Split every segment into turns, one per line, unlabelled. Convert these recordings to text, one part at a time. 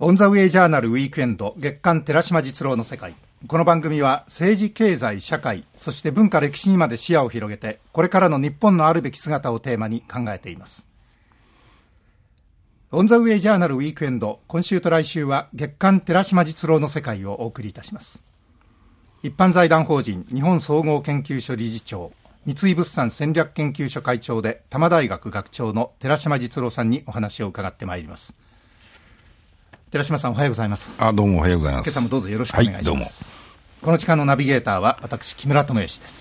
オンザウェイジャーナルウィークエンド月刊寺島実郎の世界。この番組は政治経済社会そして文化歴史にまで視野を広げてこれからの日本のあるべき姿をテーマに考えています。オンザウェイジャーナルウィークエンド、今週と来週は月刊寺島実郎の世界をお送りいたします。一般財団法人日本総合研究所理事長、三井物産戦略研究所会長で多摩大学学長の寺島実郎さんにお話を伺ってまいります。寺島さん、おはようございます。
どうもおはようございます。
今朝もどうぞよろしくお願いします。
どうも。
この時間のナビゲーターは私木村智義です。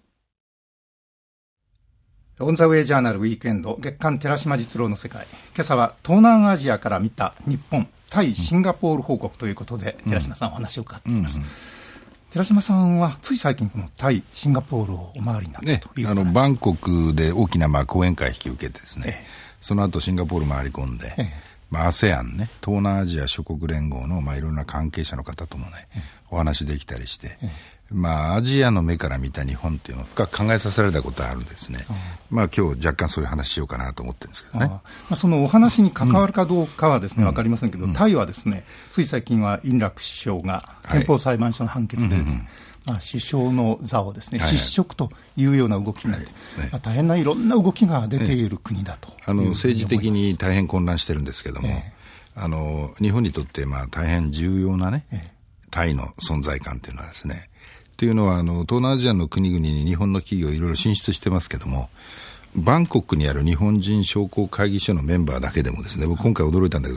オンザウェイジャーナルウィークエンド月刊寺島実郎の世界。今朝は東南アジアから見た日本対シンガポール報告ということで、寺島さんお話を伺っています。寺島さんはつい最近この対シンガポールをお回りになったということで、
バンコクで大きな講演会を引き受けてですね、その後シンガポール回り込んで、ASEAN ね、東南アジア諸国連合のいろんな関係者の方ともね、お話できたりして、アジアの目から見た日本っていうのを深く考えさせられたことがあるんですね。今日若干そういう話しようかなと思ってるんですけどね。
そのお話に関わるかどうかはですね、分かりませんけど、タイはですね、つい最近はインラク首相が憲法裁判所の判決でですね、首相の座をですね、失職というような動きになって、大変ないろんな動きが出ている国だと
政治的に大変混乱してるんですけども、日本にとって大変重要なね、タイの存在感というのはですね、というのは東南アジアの国々に日本の企業いろいろ進出してますけども、バンコクにある日本人商工会議所のメンバーだけでもですね、僕今回驚いたんだけど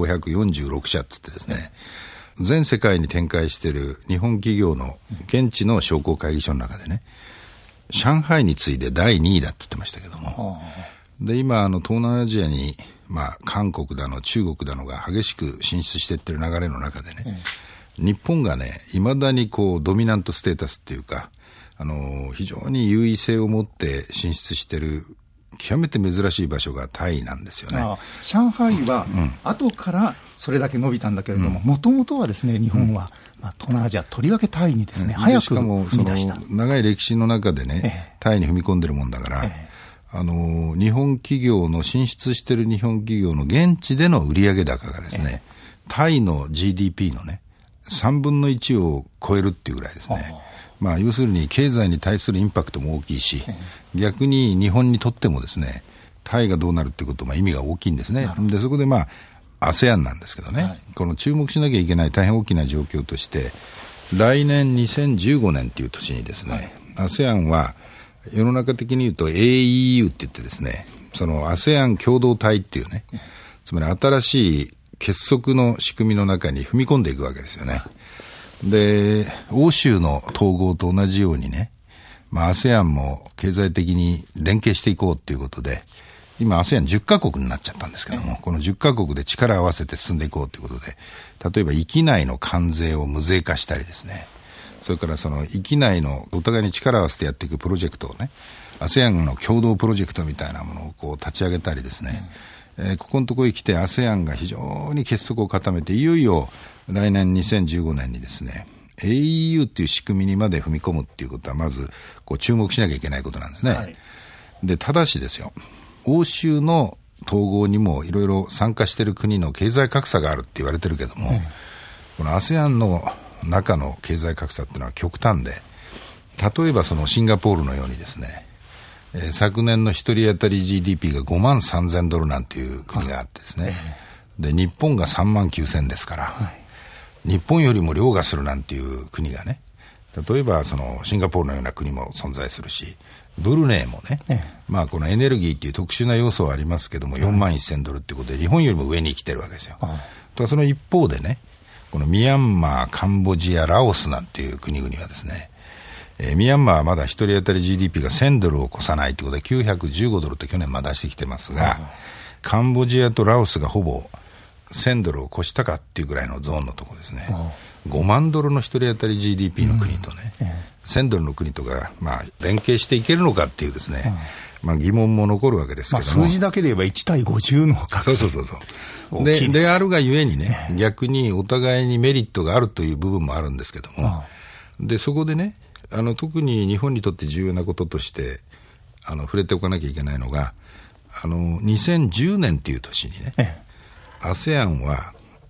1546社って言ってですね、全世界に展開している日本企業の現地の商工会議所の中でね、上海に次いで第2位だって言ってましたけども、で今東南アジアに、韓国だの中国だのが激しく進出していってる流れの中でね、日本がね、いまだにドミナントステータスっていうか、非常に優位性を持って進出している極めて珍しい場所がタイなんですよね。
上海は後からそれだけ伸びたんだけれども、もともとはですね、日本は、東南アジア、とりわけタイにですね、早く踏み出した。
長い歴史の中でね、タイに踏み込んでるもんだから、日本企業の進出している日本企業の現地での売上高がですね、タイの GDP のね、3分の1を超えるっていうぐらいですね。要するに経済に対するインパクトも大きいし、逆に日本にとってもですね、タイがどうなるっていうこと、意味が大きいんですね。でそこでASEAN なんですけどね、この注目しなきゃいけない大変大きな状況として、来年2015年という年にですね、ASEAN は世の中的に言うと AEU って言ってですね、その ASEAN 共同体っていうね、つまり新しい結束の仕組みの中に踏み込んでいくわけですよね。で欧州の統合と同じようにね、ASEAN も経済的に連携していこうということで、今 ASEAN10 カ国になっちゃったんですけども、この10カ国で力を合わせて進んでいこうということで、例えば域内の関税を無税化したりですね、それからその域内のお互いに力を合わせてやっていくプロジェクトをね、 ASEAN の共同プロジェクトみたいなものを立ち上げたりですね、ここのところに来て ASEAN が非常に結束を固めて、いよいよ来年2015年にですね AEU っていう仕組みにまで踏み込むっていうことは、まず注目しなきゃいけないことなんですね。でただしですよ、欧州の統合にもいろいろ参加している国の経済格差があるって言われてるけども、この ASEAN の中の経済格差っていうのは極端で、例えばそのシンガポールのようにですね、昨年の一人当たり GDP が5万3000ドルなんていう国があってですね、で日本が3万9000ですから、日本よりも凌駕するなんていう国がね、例えばそのシンガポールのような国も存在するし、ブルネイもね、このエネルギーっていう特殊な要素はありますけども、4万1000ドルっていうことで日本よりも上に来てるわけですよ。とその一方でね、このミャンマー、カンボジア、ラオスなんていう国々はですね、ミャンマーはまだ一人当たり GDP が1000ドルを超さないということで915ドルって去年出してきてますが、カンボジアとラオスがほぼ1000ドルを超したかっていうぐらいのゾーンのところですね。5万ドルの一人当たり GDP の国とね、1000ドルの国とか、連携していけるのかっていうですね、疑問も残るわけですけども、
数字だけで言えば1対50の格差、
であるがゆえにね、逆にお互いにメリットがあるという部分もあるんですけども、でそこでね、特に日本にとって重要なこととして触れておかなきゃいけないのが、2010年という年にね、ASEAN は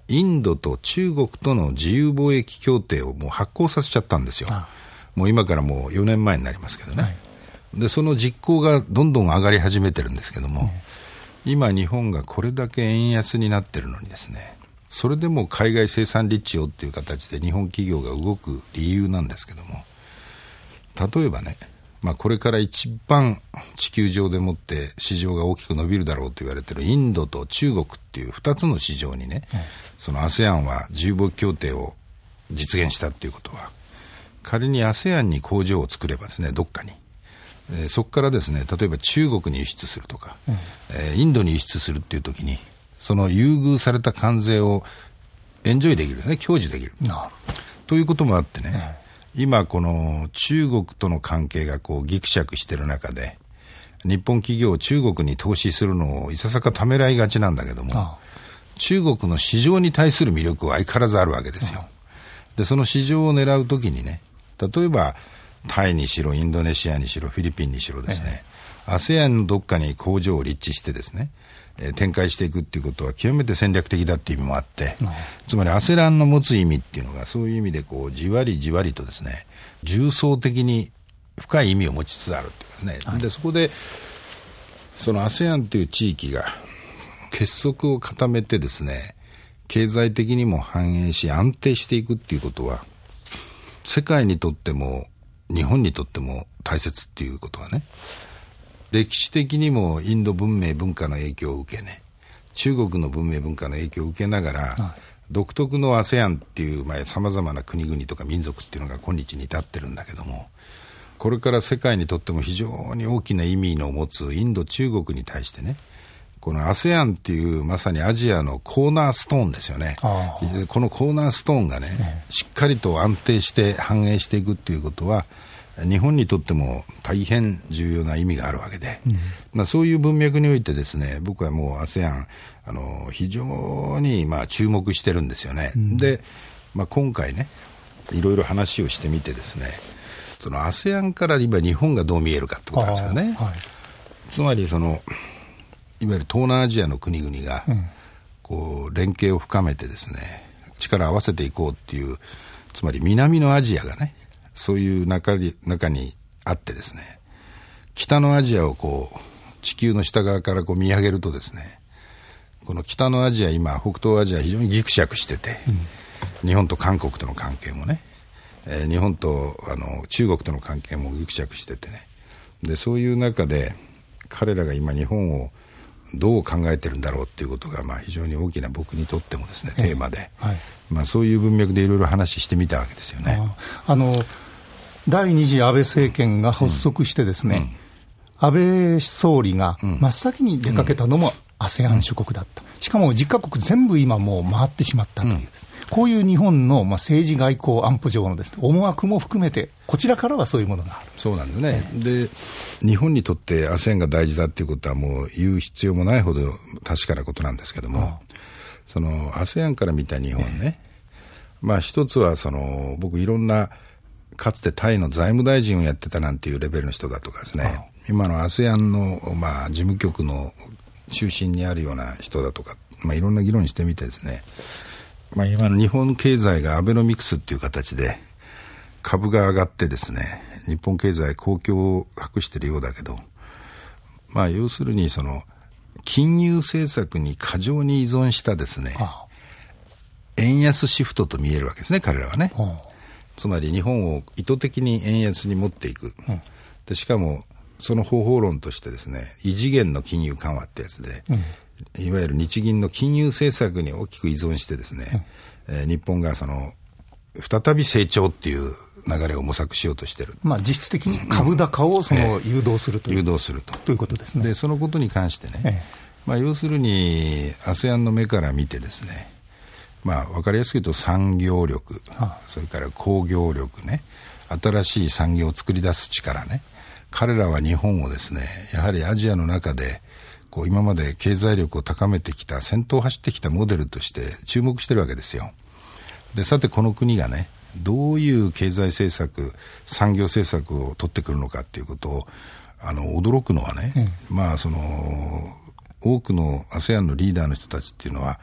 インドと中国との自由貿易協定をもう発効させちゃったんですよ。もう今からもう4年前になりますけどね、はい、でその実行がどんどん上がり始めてるんですけども、今日本がこれだけ円安になってるのにですね、それでも海外生産立地をっていう形で日本企業が動く理由なんですけども、例えばね、これから一番地球上でもって市場が大きく伸びるだろうと言われているインドと中国っていう2つの市場にね、その ASEAN は自由貿易協定を実現したっていうことは、仮に ASEAN に工場を作ればですね、どっかに、そこからですね、例えば中国に輸出するとか、インドに輸出するっていう時にその優遇された関税をエンジョイできるね、享受できるということもあってね、今この中国との関係がこうギクシャクしている中で、日本企業中国に投資するのをいささかためらいがちなんだけども、中国の市場に対する魅力は相変わらずあるわけですよ。でその市場を狙うときにね、例えばタイにしろインドネシアにしろフィリピンにしろですね、ASEAN のどっかに工場を立地してですね、展開していくっていうことは極めて戦略的だっていう意味もあって、つまり ASEAN の持つ意味っていうのがそういう意味でこうじわりじわりとですね、重層的に深い意味を持ちつつあるっていうですね、はい、でそこでその ASEAN という地域が結束を固めてですね、経済的にも繁栄し安定していくっていうことは世界にとっても日本にとっても大切っていうことはね、歴史的にもインド文明文化の影響を受けね、中国の文明文化の影響を受けながら、独特の ASEAN っていうさまざまな国々とか民族っていうのが今日に至ってるんだけども、これから世界にとっても非常に大きな意味の持つインド中国に対してね、この ASEAN っていうまさにアジアのコーナーストーンですよね。このコーナーストーンがね、しっかりと安定して繁栄していくっていうことは日本にとっても大変重要な意味があるわけで、そういう文脈においてですね、僕はもう ASEAN 非常に注目してるんですよね。で、今回ね、いろいろ話をしてみてですね、その ASEAN から今日本がどう見えるかってことなんですよね。つまりそのいわゆる東南アジアの国々がこう連携を深めてですね、力を合わせていこうっていう、つまり南のアジアがね、そういう中にあってですね、北のアジアをこう地球の下側からこう見上げるとですね、この北のアジア、今北東アジア非常にギクシャクしてて、日本と韓国との関係もね、日本と中国との関係もギクシャクしててね、でそういう中で彼らが今日本をどう考えてるんだろうっていうことが非常に大きな僕にとってもですねテーマで、そういう文脈でいろいろ話してみたわけですよね。
第2次安倍政権が発足してですね、安倍総理が真っ先に出かけたのも ASEAN 諸国だった。しかも10カ国全部今もう回ってしまったというです、こういう日本の政治外交安保上のです、ね、思惑も含めてこちらからはそういうものがある。
そうなんですね。で日本にとって ASEAN が大事だということはもう言う必要もないほど確かなことなんですけども、その ASEAN から見た日本ね、一つはその僕いろんなかつてタイの財務大臣をやってたなんていうレベルの人だとかですね、今の ASEAN の事務局の中心にあるような人だとか、いろんな議論してみてですね、今の日本経済がアベノミクスっていう形で株が上がってですね、日本経済好況を博しているようだけど、要するにその金融政策に過剰に依存したですね、円安シフトと見えるわけですね、彼らはね。つまり日本を意図的に円安に持っていく、でしかもその方法論としてですね、異次元の金融緩和ってやつで、いわゆる日銀の金融政策に大きく依存してですね、日本がその再び成長っていう流れを模索しようとしている。
実質的に株高をその誘導するという、ということですね。
でそのことに関してね、要するに ASEAN の目から見てですね、分かりやすく言うと産業力、それから工業力ね、新しい産業を作り出す力ね、彼らは日本をですね、やはりアジアの中でこう今まで経済力を高めてきた、先頭を走ってきたモデルとして注目してるわけですよ。でさてこの国がね、どういう経済政策、産業政策を取ってくるのかっていうことを驚くのはね、その多くの ASEAN のリーダーの人たちっていうのは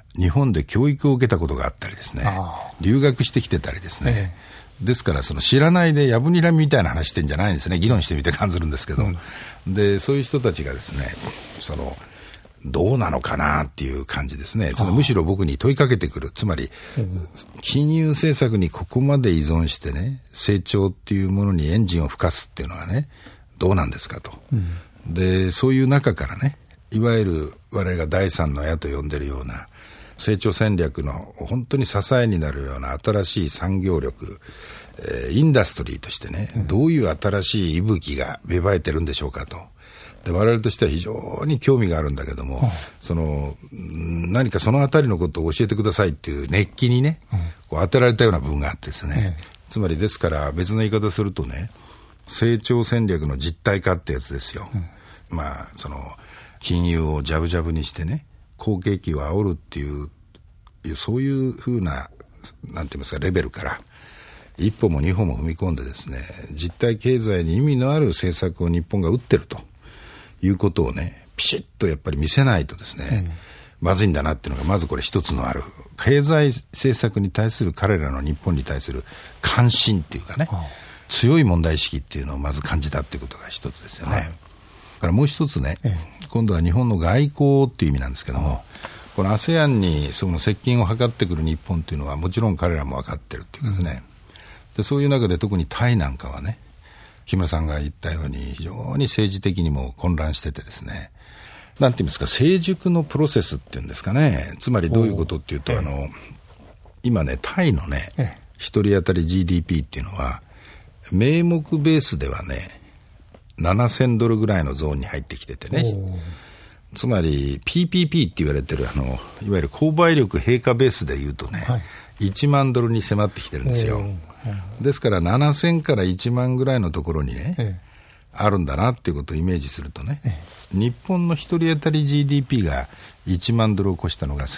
日本で教育を受けたことがあったりですね、留学してきてたりですね、ですからその知らないでやぶにらみみたいな話してんじゃないんですね。議論してみて感じるんですけど、でそういう人たちがですね、どうなのかなっていう感じですね。むしろ僕に問いかけてくる。つまり、金融政策にここまで依存してね、成長っていうものにエンジンを吹かすっていうのはね、どうなんですかと。で、そういう中からね、いわゆる我々が第三の矢と呼んでるような成長戦略の本当に支えになるような新しい産業力、インダストリーとしてね、どういう新しい息吹が芽生えてるんでしょうかと。で我々としては非常に興味があるんだけども、何かそのあたりのことを教えてくださいっていう熱気にね、こう当てられたような部分があってですね、つまりですから別の言い方するとね、成長戦略の実体化ってやつですよ。金融をジャブジャブにしてね、好景気を煽るっていうそういうふうな、なんて言いますか、レベルから一歩も二歩も踏み込んでですね、実体経済に意味のある政策を日本が打ってるということをね、ピシッとやっぱり見せないとですね、まずいんだなっていうのがまずこれ一つのある経済政策に対する彼らの日本に対する関心っていうかね、強い問題意識っていうのをまず感じたっていうことが一つですよね。だからもう一つね、今度は日本の外交っていう意味なんですけども、この ASEAN にその接近を図ってくる日本というのはもちろん彼らも分かってるっていうかですね、でそういう中で特にタイなんかはね、木村さんが言ったように非常に政治的にも混乱しててですね、なんて言いますか、成熟のプロセスっていうんですかね、つまりどういうことっていうと、今ね、タイのね、一人当たり GDP っていうのは名目ベースではね、$7000ぐらいのゾーンに入ってきててね、つまり PPP って言われてるいわゆる購買力平価ベースで言うとね、$1万に迫ってきてるんですよ。ですから7000から1万ぐらいのところにね、あるんだなっていうことをイメージするとね、日本の一人当たり GDP が$1万を超したのが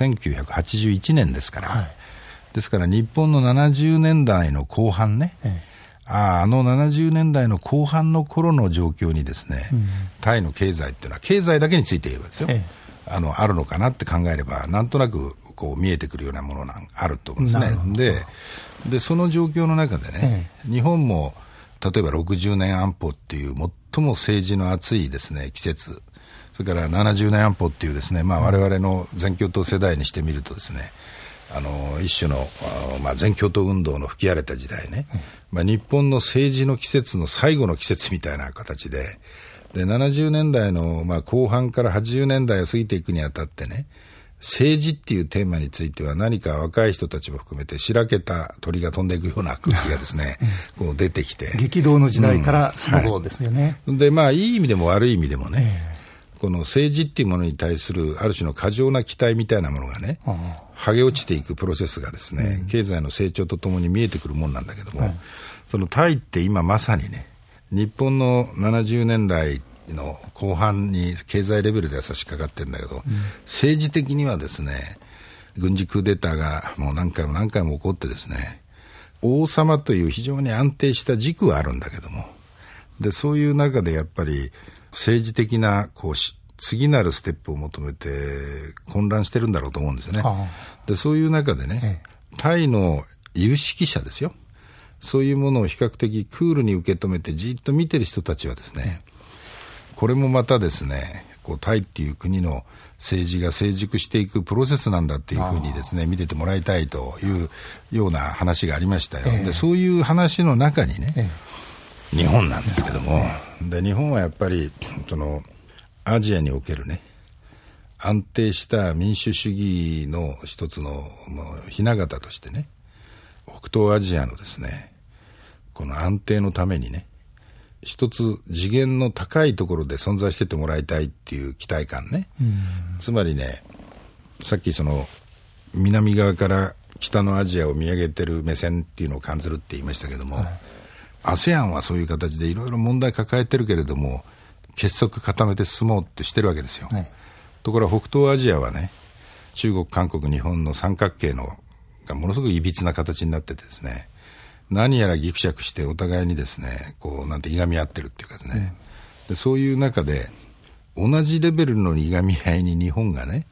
1981年ですから、ですから日本の70年代の後半ね、70年代の後半の頃の状況にですね、タイの経済っていうのは経済だけについて言えばですよ、あるのかなって考えればなんとなくこう見えてくるようなものがあると思うんですね。でその状況の中でね、日本も例えば60年安保っていう最も政治の熱いですね季節、それから70年安保っていうですね、我々の全共闘世代にしてみるとですね、一種の、全共闘運動の吹き荒れた時代ね、日本の政治の季節の最後の季節みたいな形で、70年代の、後半から80年代を過ぎていくにあたってね、政治っていうテーマについては何か若い人たちも含めてしらけた鳥が飛んでいくような空気がですねこう出てきて、
激動の時代からその後ですよね。
でいい意味でも悪い意味でもね、この政治っていうものに対するある種の過剰な期待みたいなものがね、剥げ落ちていくプロセスがですね、経済の成長とともに見えてくるもんなんだけども、そのタイって今まさにね、日本の70年代の後半に経済レベルでは差し掛かってるんだけど、政治的にはですね、軍事クーデターがもう何回も何回も起こってですね、王様という非常に安定した軸はあるんだけども、でそういう中でやっぱり政治的な次なるステップを求めて混乱してるんだろうと思うんですよね。でそういう中でね、タイの有識者ですよ、そういうものを比較的クールに受け止めてじっと見てる人たちはですね、これもまたですね、タイっていう国の政治が成熟していくプロセスなんだっていうふうにですね、見ててもらいたいというような話がありましたよ。でそういう話の中にね、日本なんですけども、で日本はやっぱりアジアにおけるね、安定した民主主義の一つの雛形としてね、北東アジアのですね、この安定のためにね、一つ次元の高いところで存在しててもらいたいっていう期待感ね、つまりね、さっき南側から北のアジアを見上げてる目線っていうのを感じるって言いましたけども、ASEAN はそういう形でいろいろ問題抱えてるけれども結束固めて進もうってしてるわけですよ。ところが北東アジアはね、中国、韓国、日本の三角形のがものすごくいびつな形になっててですね、何やらギクシャクしてお互いにですね、なんていがみ合ってるっていうかですね、でそういう中で同じレベルのいがみ合いに日本がね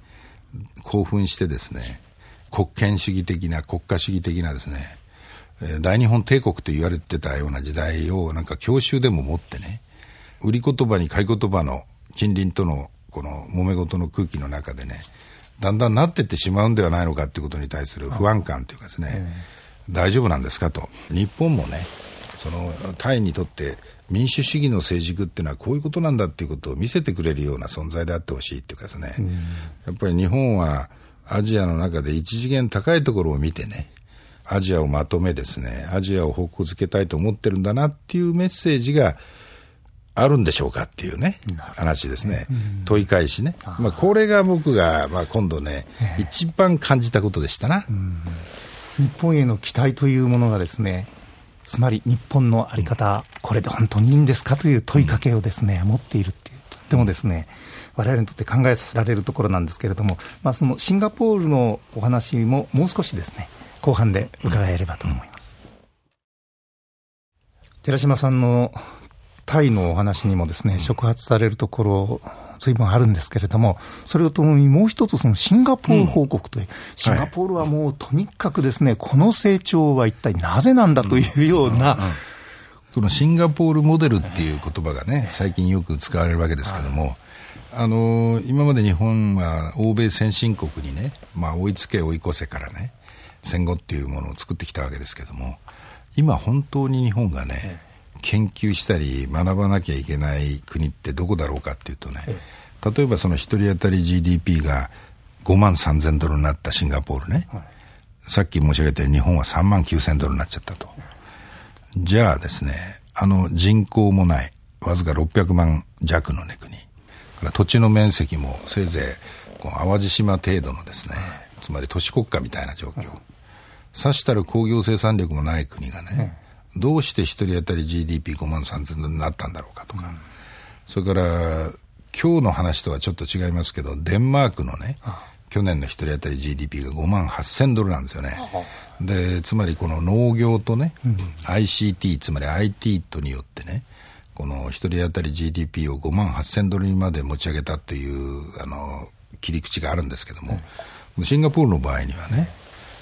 興奮してですね、国権主義的な国家主義的なですね、大日本帝国と言われてたような時代をなんか郷愁でも持ってね、売り言葉に買い言葉の近隣とのこの揉め事の空気の中でね、だんだんなっていってしまうんではないのかということに対する不安感というかですね、大丈夫なんですかと。日本もね、そのタイにとって民主主義の成熟っていうのはこういうことなんだっていうことを見せてくれるような存在であってほしいっていうかですね、やっぱり日本はアジアの中で一次元高いところを見てね、アジアをまとめですね、アジアを方向づけたいと思ってるんだなっていうメッセージがあるんでしょうかっていうね、話ですね。問い返しね。これが僕が、今度ね、一番感じたことでしたな。
日本への期待というものがですね、つまり日本の在り方、これで本当にいいんですかという問いかけをですね、持っているっていう、とってもですね、我々にとって考えさせられるところなんですけれども、そのシンガポールのお話ももう少しですね、後半で伺えればと思います。寺島さんのタイのお話にもですね、触発されるところ随分あるんですけれども、それとともにもう一つそのシンガポール報告という、シンガポールはもうとにかくですね、この成長は一体なぜなんだというような、
このシンガポールモデルっていう言葉がね、最近よく使われるわけですけども、今まで日本は欧米先進国にね、追いつけ追い越せからね、戦後っていうものを作ってきたわけですけども、今本当に日本がね、研究したり学ばなきゃいけない国ってどこだろうかっていうとね、例えばその一人当たり GDP が5万3000ドルになったシンガポールね、さっき申し上げたように日本は3万9000ドルになっちゃったと。じゃあですね、人口もないわずか600万弱のね国から土地の面積もせいぜい淡路島程度のですね、つまり都市国家みたいな状況、さしたる工業生産力もない国がね、どうして一人当たり GDP5 万3000ドルになったんだろうかとか、それから今日の話とはちょっと違いますけど、デンマークのね、去年の一人当たり GDP が5万8000ドルなんですよね。で、つまりこの農業とね、ICT つまり IT とによってね、この一人当たり GDP を5万8000ドルにまで持ち上げたという切り口があるんですけども、シンガポールの場合にはね、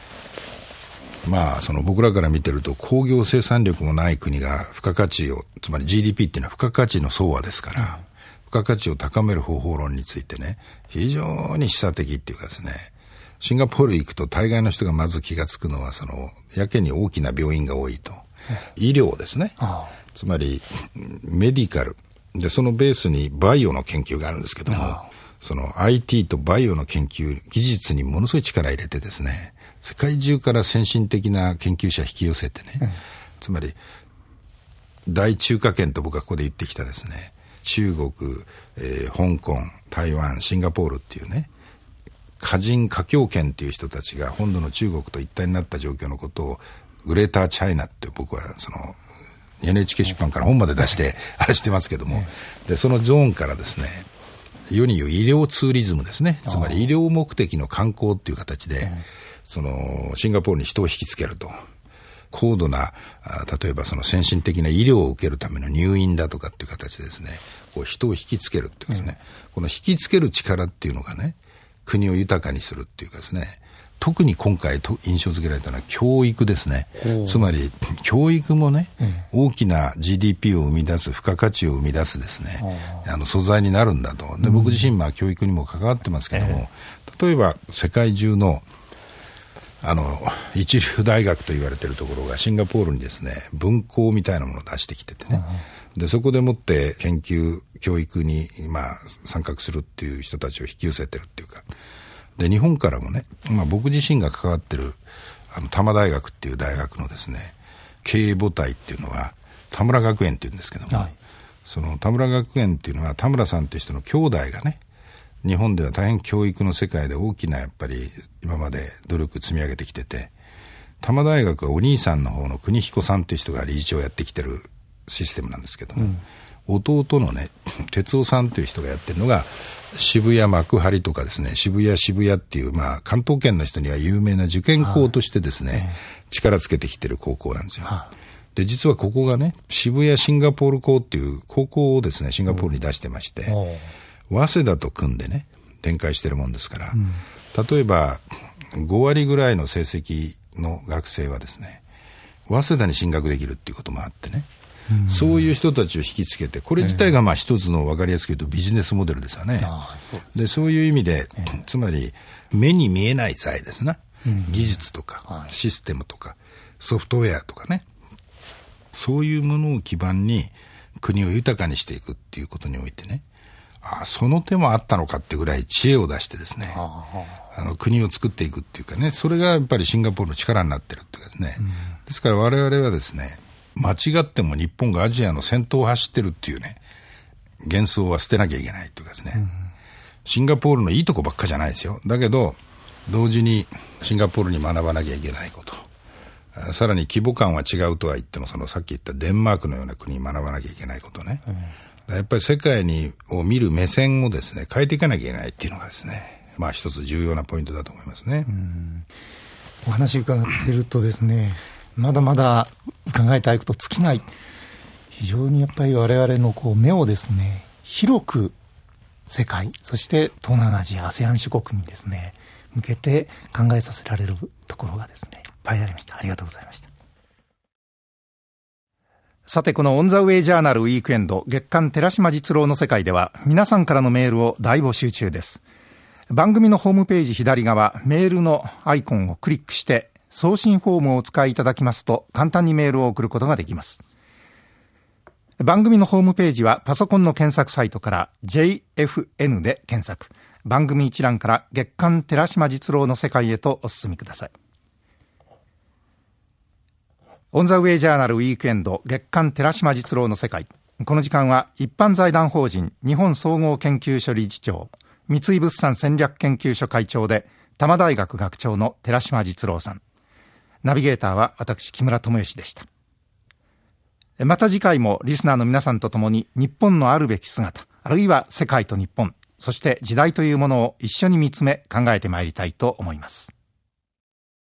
その僕らから見てると工業生産力もない国が付加価値を、つまり GDP っていうのは付加価値の総和ですから、付加価値を高める方法論についてね、非常に示唆的っていうかですね、シンガポール行くと大概の人がまず気がつくのは、そのやけに大きな病院が多いと、医療ですね、つまりメディカルで、そのベースにバイオの研究があるんですけども、その IT とバイオの研究技術にものすごい力入れてですね、世界中から先進的な研究者引き寄せてね、つまり大中華圏と僕がここで言ってきたですね、中国、香港、台湾、シンガポールっていうね、華人華僑圏っていう人たちが本土の中国と一体になった状況のことをグレーターチャイナって僕はその NHK 出版から本まで出してあれしてますけども、でそのゾーンからですね、世に言う医療ツーリズムですね、つまり医療目的の観光っていう形で、そのシンガポールに人を引きつけると、高度な例えばその先進的な医療を受けるための入院だとかっていう形でですね、こう人を引きつけるっていうですね、この引きつける力っていうのがね、国を豊かにするっていうかですね、特に今回印象付けられたのは教育ですね。つまり教育もね、大きな GDP を生み出す、付加価値を生み出すですね、素材になるんだと。で、僕自身教育にも関わってますけども、例えば世界中の一流大学と言われているところがシンガポールにですね、分校みたいなものを出してきててね、でそこでもって研究教育に参画するっていう人たちを引き寄せてるっていうか、で日本からもね、僕自身が関わってる多摩大学っていう大学のですね、経営母体っていうのは田村学園っていうんですけども、その田村学園っていうのは田村さんっていう人の兄弟がね、日本では大変教育の世界で大きなやっぱり今まで努力積み上げてきてて、多摩大学はお兄さんの方の国彦さんっていう人が理事長をやってきてるシステムなんですけども、弟のね哲夫さんっていう人がやってるのが渋谷幕張とかですね、渋谷っていう関東圏の人には有名な受験校としてですね、力つけてきてる高校なんですよ。で実はここがね、渋谷シンガポール校っていう高校をですね、シンガポールに出してまして、早稲田と組んでね、 展開してるもんですから、例えば5割ぐらいの成績の学生はですね、早稲田に進学できるっていうこともあってね、そういう人たちを引きつけて、これ自体がまあ一つの分かりやすく言うとビジネスモデルですよね。そういう意味で、つまり目に見えない財ですね、技術とかシステムとかソフトウェアとかね、そういうものを基盤に国を豊かにしていくっていうことにおいてね、その手もあったのかってぐらい知恵を出してですね、国を作っていくっていうかね、それがやっぱりシンガポールの力になってるっていうかですね、ですから我々はですね、間違っても日本がアジアの先頭を走ってるっていうね、幻想は捨てなきゃいけないっていうかですね、シンガポールのいいとこばっかじゃないですよ。だけど同時にシンガポールに学ばなきゃいけないこと、さらに規模感は違うとは言っても、そのさっき言ったデンマークのような国に学ばなきゃいけないことね、やっぱり世界を見る目線をですね、変えていかなきゃいけないっていうのがですね、まあ一つ重要なポイントだと思いますね。
お話伺っているとですね、まだまだ伺いたいこと尽きない、非常にやっぱり我々の目をですね、広く世界、そして東南アジア、ASEAN 諸国にですね向けて考えさせられるところがですね、いっぱいありました。ありがとうございました。さて、このオンザウェイジャーナルウィークエンド月刊寺島実郎の世界では、皆さんからのメールを大募集中です。番組のホームページ左側、メールのアイコンをクリックして送信フォームをお使いいただきますと、簡単にメールを送ることができます。番組のホームページはパソコンの検索サイトから JFN で検索、番組一覧から月刊寺島実郎の世界へとお進みください。オンザウェイジャーナルウィークエンド月刊寺島実郎の世界。この時間は一般財団法人日本総合研究所理事長、三井物産戦略研究所会長で多摩大学学長の寺島実郎さん、ナビゲーターは私木村智義でした。また次回もリスナーの皆さんと共に日本のあるべき姿、あるいは世界と日本、そして時代というものを一緒に見つめ考えてまいりたいと思います。